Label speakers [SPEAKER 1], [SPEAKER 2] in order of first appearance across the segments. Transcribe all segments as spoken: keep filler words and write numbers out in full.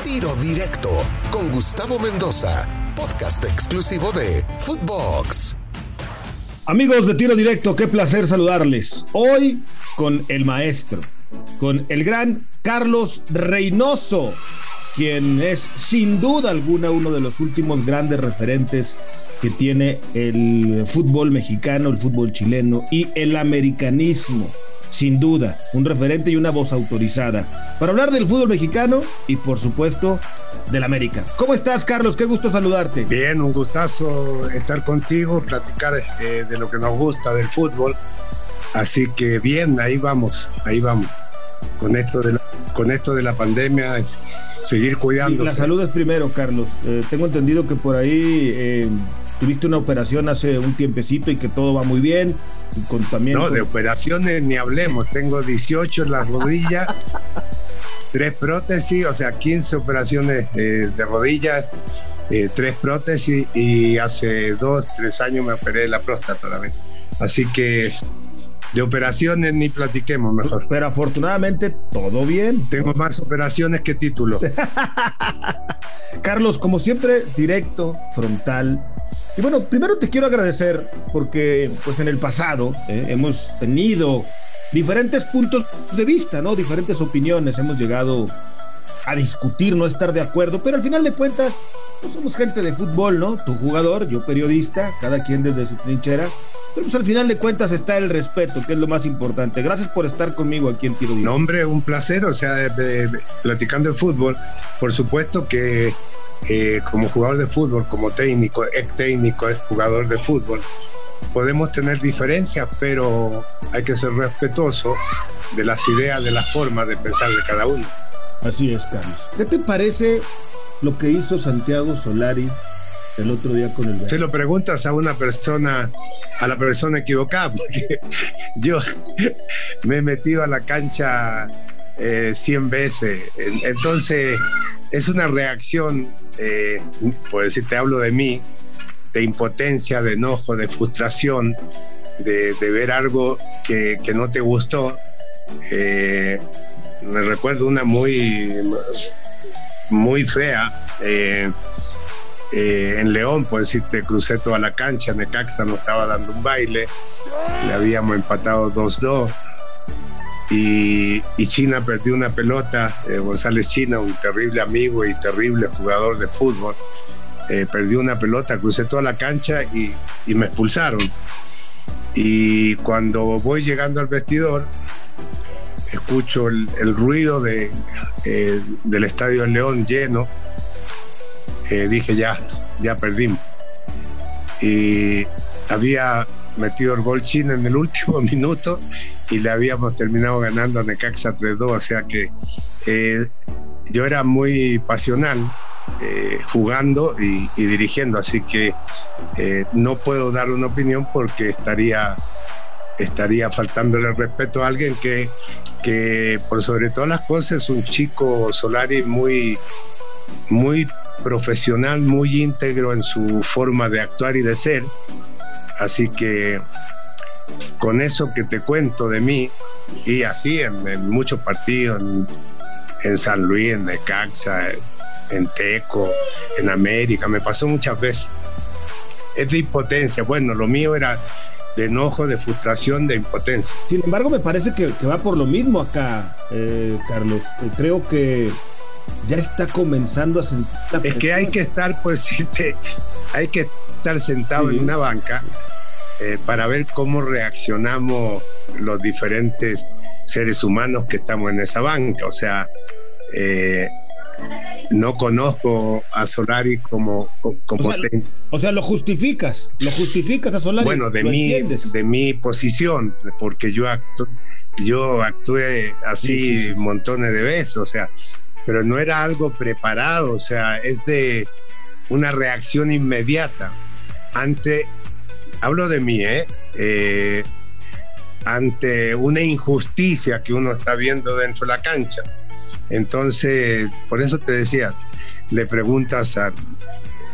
[SPEAKER 1] Tiro Directo con Gustavo Mendoza, podcast exclusivo de Footbox.
[SPEAKER 2] Amigos de Tiro Directo, qué placer saludarles. Hoy con el maestro, con el gran Carlos Reynoso, quien es sin duda alguna uno de los últimos grandes referentes que tiene el fútbol mexicano, el fútbol chileno y el americanismo. Sin duda, un referente y una voz autorizada para hablar del fútbol mexicano y, por supuesto, del América. ¿Cómo estás, Carlos? Qué gusto saludarte.
[SPEAKER 3] Bien, un gustazo estar contigo, platicar eh, de lo que nos gusta del fútbol. Así que bien, ahí vamos, ahí vamos. Con esto de la, con esto de la pandemia, seguir cuidándose.
[SPEAKER 2] Y la salud es primero, Carlos. Eh, tengo entendido que por ahí eh, tuviste una operación hace un tiempecito y que todo va muy bien. Y con, también
[SPEAKER 3] no,
[SPEAKER 2] con...
[SPEAKER 3] de operaciones ni hablemos. Tengo dieciocho en las rodillas, tres prótesis, o sea, quince operaciones eh, de rodillas, eh, tres prótesis, y hace dos, tres años me operé la próstata también. Así que de operaciones ni platiquemos mejor.
[SPEAKER 2] Pero afortunadamente todo bien.
[SPEAKER 3] Tengo más operaciones que títulos.
[SPEAKER 2] Carlos, como siempre, directo, frontal. Y bueno, primero te quiero agradecer porque pues en el pasado eh, hemos tenido diferentes puntos de vista, ¿no? Diferentes opiniones, hemos llegado a discutir, no estar de acuerdo, pero al final de cuentas pues somos gente de fútbol, ¿no? Tu jugador, yo periodista, cada quien desde su trinchera, pero pues al final de cuentas está el respeto, que es lo más importante. Gracias por estar conmigo aquí en Tiro Directo.
[SPEAKER 3] No, hombre, un placer, o sea, eh, eh, platicando de fútbol, por supuesto que Eh, como jugador de fútbol, como técnico, ex técnico, ex jugador de fútbol, podemos tener diferencias, pero hay que ser respetuoso de las ideas, de las formas de pensar de cada uno.
[SPEAKER 2] Así es, Carlos. ¿Qué te parece lo que hizo Santiago Solari el otro día con el Bayern?
[SPEAKER 3] Se lo preguntas a una persona, a la persona equivocada, porque yo me he metido a la cancha eh, cien veces, entonces es una reacción, eh, por decir, te hablo de mí, de impotencia, de enojo, de frustración, de, de ver algo que, que no te gustó. Eh, me recuerdo una muy, muy fea, eh, eh, en León, por decir, te crucé toda la cancha, Necaxa nos estaba dando un baile, le habíamos empatado dos dos. Y, y China perdió una pelota, eh, González China, un terrible amigo y terrible jugador de fútbol, eh, perdió una pelota, crucé toda la cancha y, y me expulsaron. Y cuando voy llegando al vestidor, escucho el, el ruido de, eh, del Estadio del León lleno, eh, dije ya, ya perdimos. Y había metido el gol China en el último minuto y le habíamos terminado ganando a Necaxa tres dos, o sea que eh, yo era muy pasional eh, jugando y, y dirigiendo, así que eh, no puedo dar una opinión porque estaría, estaría faltándole el respeto a alguien que, que por sobre todas las cosas es un chico, Solari, muy, muy profesional, muy íntegro en su forma de actuar y de ser. Así que con eso que te cuento de mí, y así en, en muchos partidos, en, en San Luis, en Necaxa, en, en Teco, en América, me pasó muchas veces. Es de impotencia, bueno, lo mío era de enojo, de frustración, de impotencia.
[SPEAKER 2] Sin embargo, me parece que, que va por lo mismo acá, eh, Carlos. Eh, creo que ya está comenzando a sentir la
[SPEAKER 3] presión. Es que hay que estar, pues, hay que estar sentado sí. en una banca eh, para ver cómo reaccionamos los diferentes seres humanos que estamos en esa banca. O sea, eh, no conozco a Solari como, como
[SPEAKER 2] o, sea, ten... o sea, lo justificas, lo justificas a Solari.
[SPEAKER 3] Bueno, de mi, de mi posición, porque yo actu, yo actué así sí, sí. montones de veces, o sea, pero no era algo preparado, o sea, es de una reacción inmediata ante, hablo de mí, ¿eh? eh ante una injusticia que uno está viendo dentro de la cancha. Entonces, por eso te decía, le preguntas a,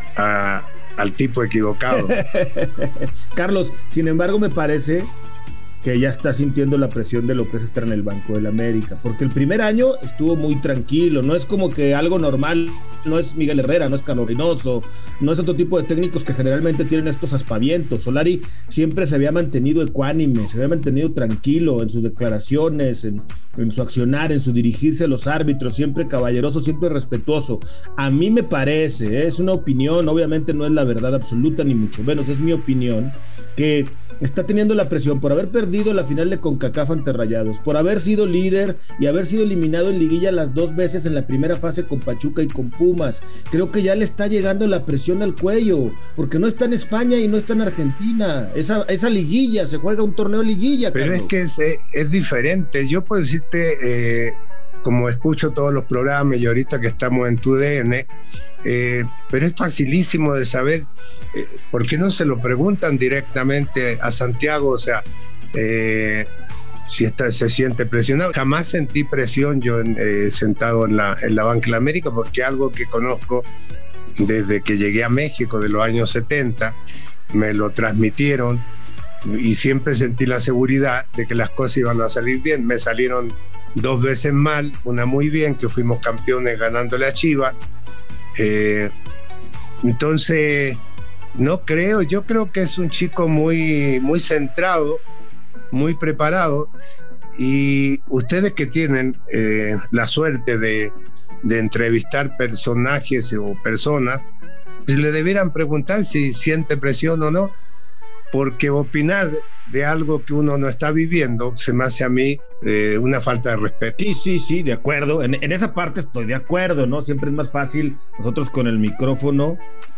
[SPEAKER 3] a, al tipo equivocado.
[SPEAKER 2] Carlos, sin embargo, me parece que ya está sintiendo la presión de lo que es estar en el banco del América, porque el primer año estuvo muy tranquilo, no es como que algo normal, no es Miguel Herrera, no es Carlos Reynoso, no es otro tipo de técnicos que generalmente tienen estos aspavientos. Solari siempre se había mantenido ecuánime, se había mantenido tranquilo en sus declaraciones, en, en su accionar, en su dirigirse a los árbitros, siempre caballeroso, siempre respetuoso. A mí me parece, es una opinión, obviamente no es la verdad absoluta ni mucho menos, es mi opinión, que está teniendo la presión por haber perdido la final de CONCACAF ante Rayados, por haber sido líder y haber sido eliminado en liguilla las dos veces en la primera fase con Pachuca y con Pumas. Creo que ya le está llegando la presión al cuello, porque no está en España y no está en Argentina. Esa, esa liguilla, se juega un torneo liguilla.
[SPEAKER 3] Pero
[SPEAKER 2] Carlos.
[SPEAKER 3] es que es, es diferente. Yo puedo decirte, eh, como escucho todos los programas y ahorita que estamos en tu D N, eh, pero es facilísimo de saber. Eh, ¿Por qué no se lo preguntan directamente a Santiago? O sea, eh, si está, se siente presionado. Jamás sentí presión yo eh, sentado en la, en la banca de la América, porque algo que conozco desde que llegué a México de los años setenta, me lo transmitieron y siempre sentí la seguridad de que las cosas iban a salir bien. Me salieron dos veces mal, una muy bien, que fuimos campeones ganándole a Chivas. Eh, entonces... No creo, yo creo que es un chico muy, muy centrado, muy preparado, y ustedes que tienen eh, la suerte de, de entrevistar personajes o personas, pues le debieran preguntar si siente presión o no, porque opinar de algo que uno no está viviendo se me hace a mí eh, una falta de respeto.
[SPEAKER 2] Sí, sí, sí, de acuerdo, en, en esa parte estoy de acuerdo, ¿no? Siempre es más fácil nosotros con el micrófono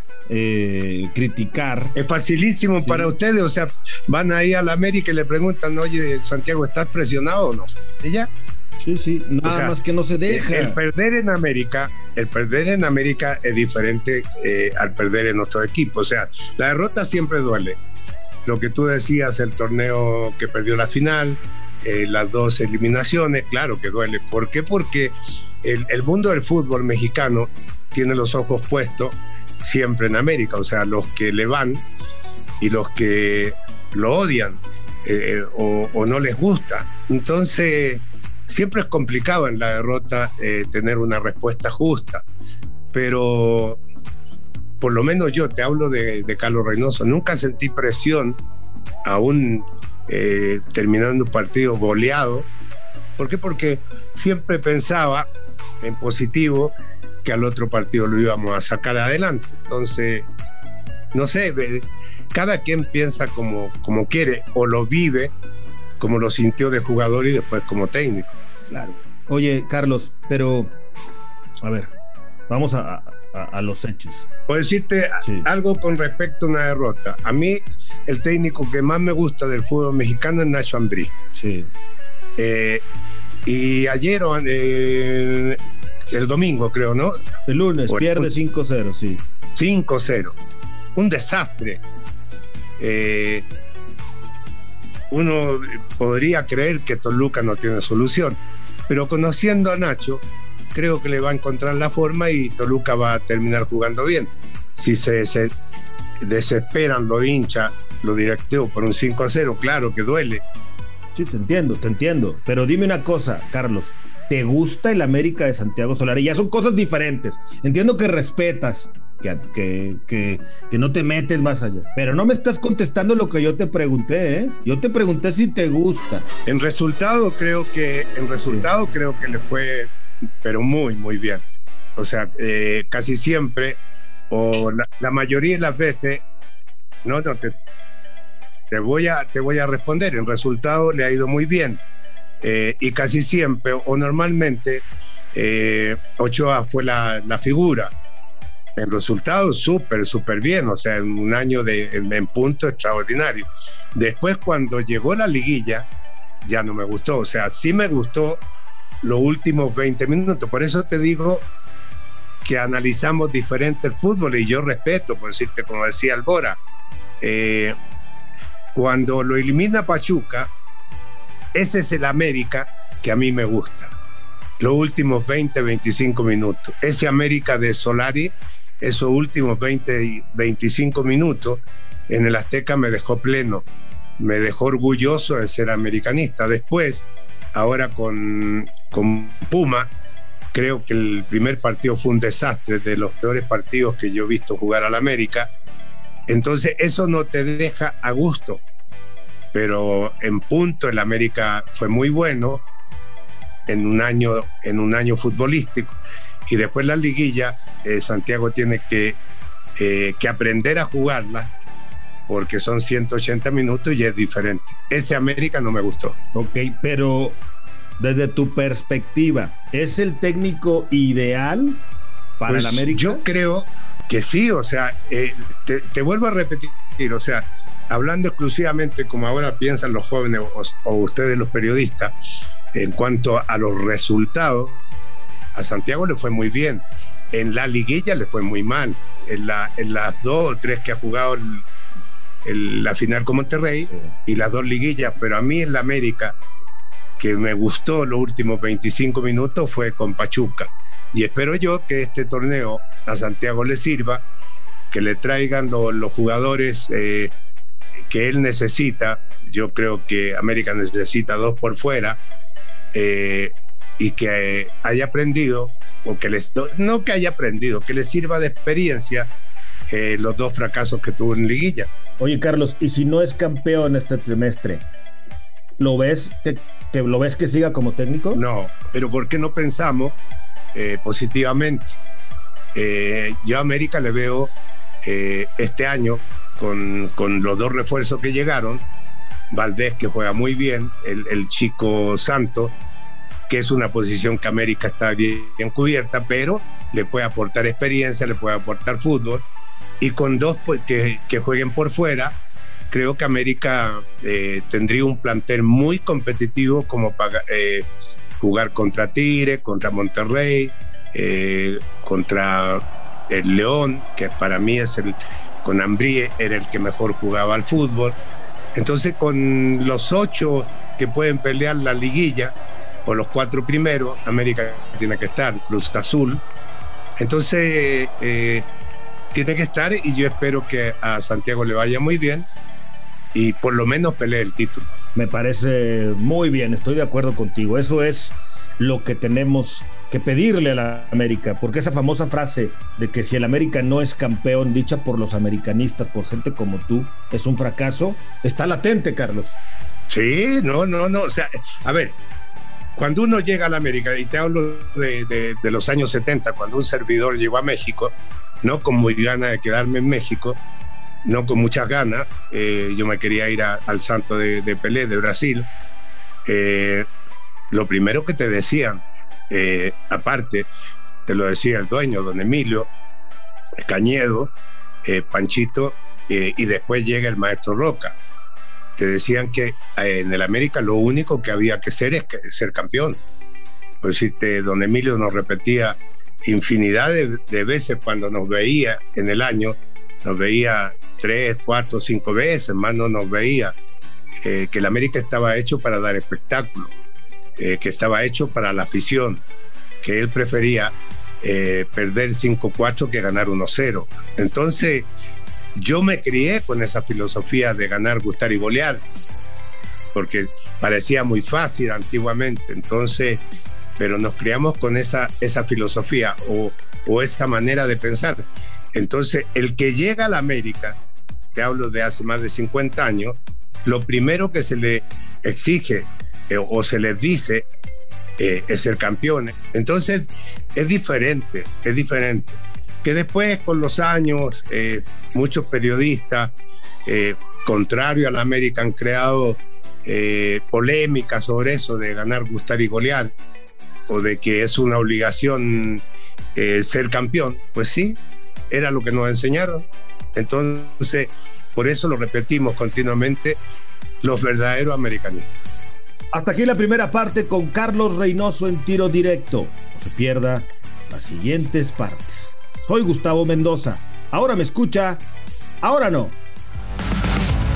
[SPEAKER 2] Eh, criticar.
[SPEAKER 3] Es facilísimo sí. Para ustedes, o sea, van ahí a la América y le preguntan, oye, Santiago, ¿estás presionado o no? ¿Y ya?
[SPEAKER 2] Sí, sí, nada o sea, más que no se deja.
[SPEAKER 3] El, el perder en América, el perder en América es diferente eh, al perder en otro equipo. O sea, la derrota siempre duele. Lo que tú decías, el torneo que perdió la final, eh, las dos eliminaciones, claro que duele. ¿Por qué? Porque el, el mundo del fútbol mexicano tiene los ojos puestos siempre en América, o sea, los que le van y los que lo odian eh, o, o no les gusta. Entonces, siempre es complicado en la derrota eh, tener una respuesta justa, pero por lo menos yo te hablo de, de Carlos Reynoso, nunca sentí presión aún eh, terminando un partido goleado. ¿Por qué? Porque siempre pensaba en positivo que al otro partido lo íbamos a sacar adelante. Entonces, no sé, cada quien piensa como, como quiere o lo vive como lo sintió de jugador y después como técnico.
[SPEAKER 2] Claro. Oye, Carlos, pero a ver, vamos a, a, a los hechos.
[SPEAKER 3] Puedo decirte sí. algo con respecto a una derrota. A mí, el técnico que más me gusta del fútbol mexicano es Nacho Ambriz.
[SPEAKER 2] Sí.
[SPEAKER 3] Eh, y ayer... Eh, el domingo creo, ¿no?
[SPEAKER 2] El lunes, o pierde el... cinco cero, sí.
[SPEAKER 3] cinco cero. Un desastre. Eh, uno podría creer que Toluca no tiene solución, pero conociendo a Nacho, creo que le va a encontrar la forma y Toluca va a terminar jugando bien. Si se, se desesperan los hinchas, los directivos por un cinco cero, claro que duele.
[SPEAKER 2] Sí, te entiendo, te entiendo. Pero dime una cosa, Carlos. ¿Te gusta el América de Santiago Solari? Ya son cosas diferentes. Entiendo que respetas, que, que, que, que no te metes más allá. Pero no me estás contestando lo que yo te pregunté, ¿eh? Yo te pregunté si te gusta.
[SPEAKER 3] En resultado creo que, en resultado sí. creo que le fue, pero muy, muy bien. O sea, eh, casi siempre, o la, la mayoría de las veces, no, no, te, te, voy a, te voy a responder. En resultado le ha ido muy bien. Eh, y casi siempre o normalmente eh, Ochoa fue la, la figura. En resultados súper, súper bien, o sea, en un año de, en, en punto extraordinario. Después cuando llegó la liguilla ya no me gustó, o sea, sí me gustó los últimos veinte minutos, por eso te digo que analizamos diferente el fútbol y yo respeto, por decirte, como decía Albora, eh, cuando lo elimina Pachuca, ese es el América que a mí me gusta. Los últimos veinte, veinticinco minutos. Ese América de Solari, esos últimos veinte, veinticinco minutos, en el Azteca me dejó pleno. me dejó orgulloso de ser americanista. Después, ahora con, con Puma, creo que el primer partido fue un desastre, de los peores partidos que yo he visto jugar al América. Entonces eso no te deja a gusto, pero en punto el América fue muy bueno en un año, en un año futbolístico, y después la liguilla, eh, Santiago tiene que, eh, que aprender a jugarla, porque son ciento ochenta minutos y es diferente. Ese América no me gustó.
[SPEAKER 2] Ok, pero desde tu perspectiva, ¿es el técnico ideal para
[SPEAKER 3] pues
[SPEAKER 2] el América?
[SPEAKER 3] Yo creo que sí, o sea, eh, te, te vuelvo a repetir, o sea, hablando exclusivamente como ahora piensan los jóvenes o, o ustedes los periodistas, en cuanto a los resultados, a Santiago le fue muy bien. En la liguilla le fue muy mal. En, la, en las dos o tres que ha jugado el, el, la final con Monterrey, sí, y las dos liguillas, pero a mí en la América, que me gustó los últimos veinticinco minutos, fue con Pachuca. Y espero yo que este torneo a Santiago le sirva, que le traigan lo, los jugadores eh, que él necesita. Yo creo que América necesita dos por fuera, eh, y que eh, haya aprendido, o que les, no que haya aprendido, que le sirva de experiencia eh, los dos fracasos que tuvo en liguilla.
[SPEAKER 2] Oye, Carlos, ¿y si no es campeón este trimestre, lo ves que, que lo ves que siga como técnico?
[SPEAKER 3] No, pero ¿por qué no pensamos eh, positivamente? Eh, yo a América le veo eh, este año con, con los dos refuerzos que llegaron, Valdés, que juega muy bien, el, el chico Santos, que es una posición que América está bien, bien cubierta, pero le puede aportar experiencia, le puede aportar fútbol, y con dos pues, que, que jueguen por fuera, creo que América eh, tendría un plantel muy competitivo como para eh, jugar contra Tigre, contra Monterrey, eh, contra el León, que para mí es el, con Ambrí era el que mejor jugaba al fútbol. Entonces con los ocho que pueden pelear la liguilla, o los cuatro primeros, América tiene que estar, Cruz Azul. Entonces eh, tiene que estar, y yo espero que a Santiago le vaya muy bien y por lo menos pelee el título.
[SPEAKER 2] Me parece muy bien, estoy de acuerdo contigo. Eso es lo que tenemos que pedirle a la América, porque esa famosa frase de que si el América no es campeón, dicha por los americanistas, por gente como tú, es un fracaso, está latente, Carlos.
[SPEAKER 3] Sí, no, no, no, o sea, a ver, cuando uno llega a la América, y te hablo de, de, de los años setenta, cuando un servidor llegó a México, no con muy ganas de quedarme en México, no con muchas ganas, eh, yo me quería ir a, al Santo de, de Pelé, de Brasil. Eh, lo primero que te decían, eh, aparte, te lo decía el dueño, don Emilio Cañedo, eh, Panchito, eh, y después llega el maestro Roca. Te decían que eh, en el América lo único que había que hacer es que, ser campeón. Pues decirte, don Emilio nos repetía infinidad de, de veces cuando nos veía en el año, nos veía tres, cuatro, cinco veces, más no nos veía, eh, que el América estaba hecho para dar espectáculo, eh, que estaba hecho para la afición, que él prefería eh, perder cinco cuatro que ganar uno cero. Entonces, yo me crié con esa filosofía de ganar, gustar y golear, porque parecía muy fácil antiguamente, entonces, pero nos criamos con esa, esa filosofía o, o esa manera de pensar. Entonces, el que llega a la América, te hablo de hace más de cincuenta años, lo primero que se le exige eh, o se les dice eh, es ser campeones. Entonces, es diferente, es diferente. Que después, con los años, eh, muchos periodistas, eh, contrario a la América, han creado eh, polémicas sobre eso de ganar, gustar y golear, o de que es una obligación eh, ser campeón. Pues sí, era lo que nos enseñaron. Entonces, por eso lo repetimos continuamente, los verdaderos americanistas.
[SPEAKER 2] Hasta aquí la primera parte con Carlos Reynoso en Tiro Directo. No se pierda las siguientes partes. Soy Gustavo Mendoza. Ahora me escucha, ahora no.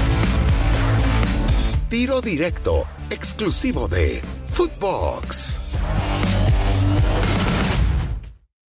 [SPEAKER 1] Tiro Directo, exclusivo de Footbox.